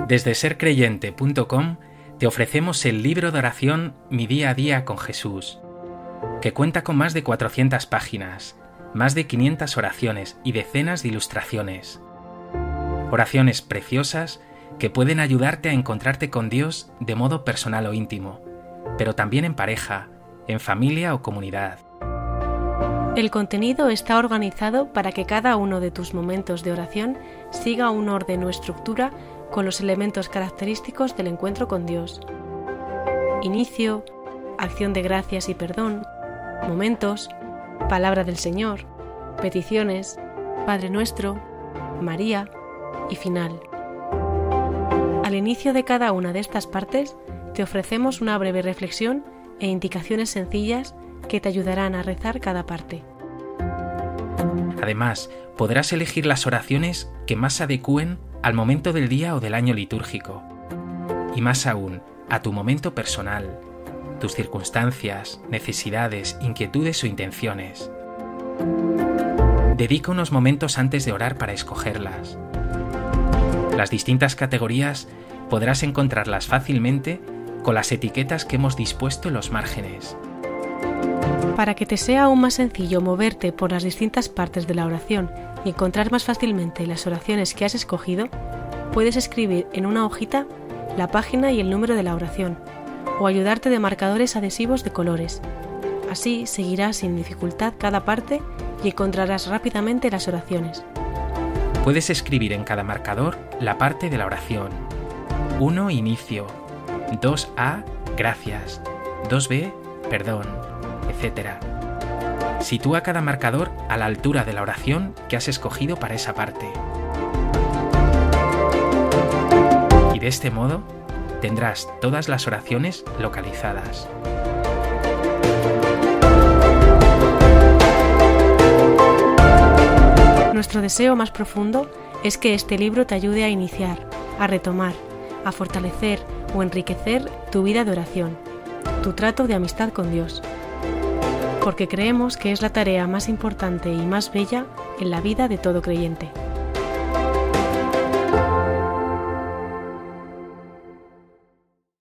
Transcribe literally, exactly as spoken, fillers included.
Desde ser creyente punto com te ofrecemos el libro de oración Mi Día a Día con Jesús, que cuenta con más de cuatrocientas páginas, más de quinientas oraciones y decenas de ilustraciones. Oraciones preciosas que pueden ayudarte a encontrarte con Dios de modo personal o íntimo, pero también en pareja, en familia o comunidad. El contenido está organizado para que cada uno de tus momentos de oración siga un orden o estructura con los elementos característicos del encuentro con Dios. Inicio, acción de gracias y perdón, momentos, palabra del Señor, peticiones, Padre Nuestro, María y final. Al inicio de cada una de estas partes, te ofrecemos una breve reflexión e indicaciones sencillas que te ayudarán a rezar cada parte. Además, podrás elegir las oraciones que más se adecúen al momento del día o del año litúrgico, y más aún, a tu momento personal, tus circunstancias, necesidades, inquietudes o intenciones. Dedica unos momentos antes de orar para escogerlas. Las distintas categorías podrás encontrarlas fácilmente con las etiquetas que hemos dispuesto en los márgenes. Para que te sea aún más sencillo moverte por las distintas partes de la oración y encontrar más fácilmente las oraciones que has escogido, puedes escribir en una hojita la página y el número de la oración, o ayudarte de marcadores adhesivos de colores. Así seguirás sin dificultad cada parte y encontrarás rápidamente las oraciones. Puedes escribir en cada marcador la parte de la oración. uno Inicio, dos A Gracias, dos B Perdón, etcétera. Sitúa cada marcador a la altura de la oración que has escogido para esa parte. Y de este modo tendrás todas las oraciones localizadas. Nuestro deseo más profundo es que este libro te ayude a iniciar, a retomar, a fortalecer o enriquecer tu vida de oración, tu trato de amistad con Dios, porque creemos que es la tarea más importante y más bella en la vida de todo creyente.